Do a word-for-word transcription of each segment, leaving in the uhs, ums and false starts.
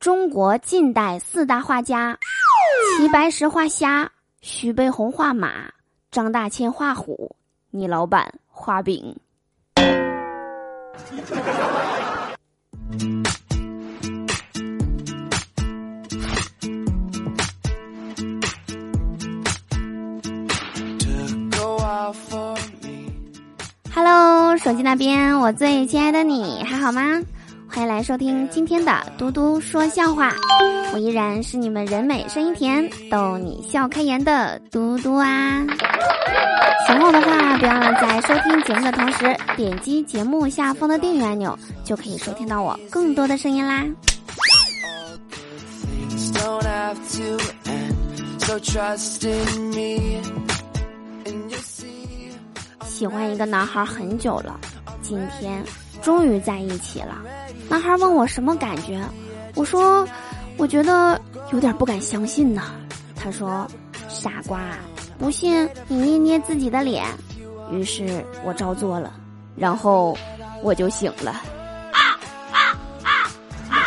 中国近代四大画家：齐白石画虾，徐悲鸿画马，张大千画虎，你老板画饼。Hello， 手机那边我最亲爱的你还好吗？欢迎来收听今天的嘟嘟说笑话，我依然是你们人美声音甜逗你笑开颜的嘟嘟啊。喜欢我的话，别忘了在收听节目的同时点击节目下方的订阅按钮，就可以收听到我更多的声音啦。喜欢一个男孩很久了，今天终于在一起了。男孩问我什么感觉，我说我觉得有点不敢相信呢。他说傻瓜，不信你捏捏自己的脸。于是我照做了，然后我就醒了。啊啊啊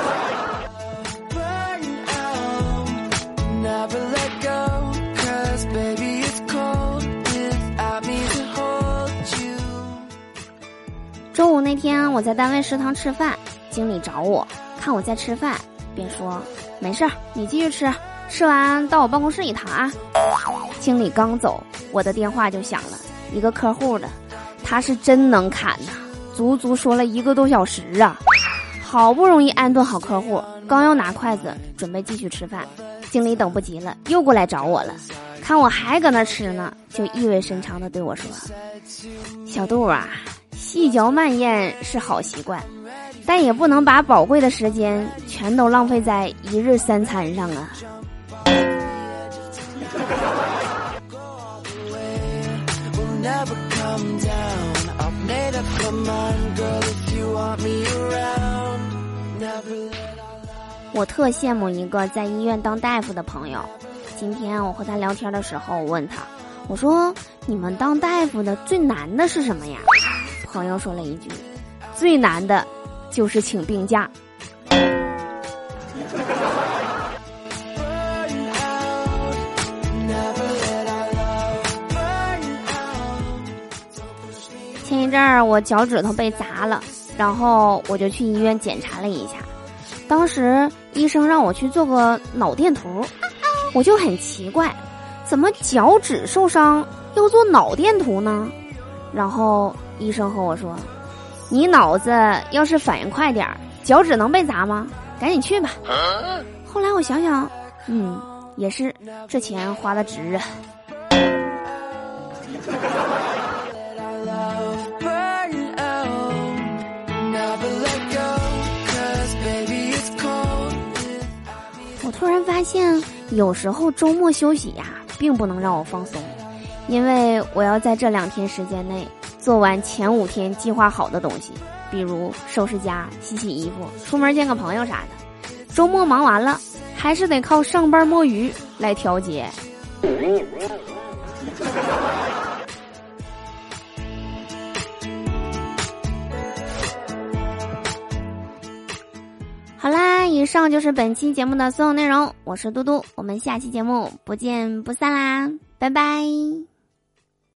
中午那天我在单位食堂吃饭，经理找我，看我在吃饭，便说没事儿，你继续吃，吃完到我办公室一趟啊。经理刚走，我的电话就响了，一个客户的，他是真能侃呐，足足说了一个多小时啊。好不容易安顿好客户，刚要拿筷子准备继续吃饭，经理等不及了，又过来找我了，看我还搁那吃呢，就意味深长地对我说，小杜啊，细嚼慢咽是好习惯，但也不能把宝贵的时间全都浪费在一日三餐上啊。我特羡慕一个在医院当大夫的朋友。今天我和他聊天的时候，我问他，我说你们当大夫的最难的是什么呀？朋友说了一句，最难的就是请病假。前一阵儿我脚趾头被砸了，然后我就去医院检查了一下，当时医生让我去做个脑电图，我就很奇怪，怎么脚趾受伤要做脑电图呢？然后医生和我说，你脑子要是反应快点，脚趾能被砸吗？赶紧去吧。后来我想想，嗯，也是，这钱花的值啊。我突然发现，有时候周末休息呀，并不能让我放松，因为我要在这两天时间内做完前五天计划好的东西，比如收拾家、洗洗衣服、出门见个朋友啥的。周末忙完了，还是得靠上班摸鱼来调节。好啦，以上就是本期节目的所有内容，我是嘟嘟，我们下期节目不见不散啦，拜拜。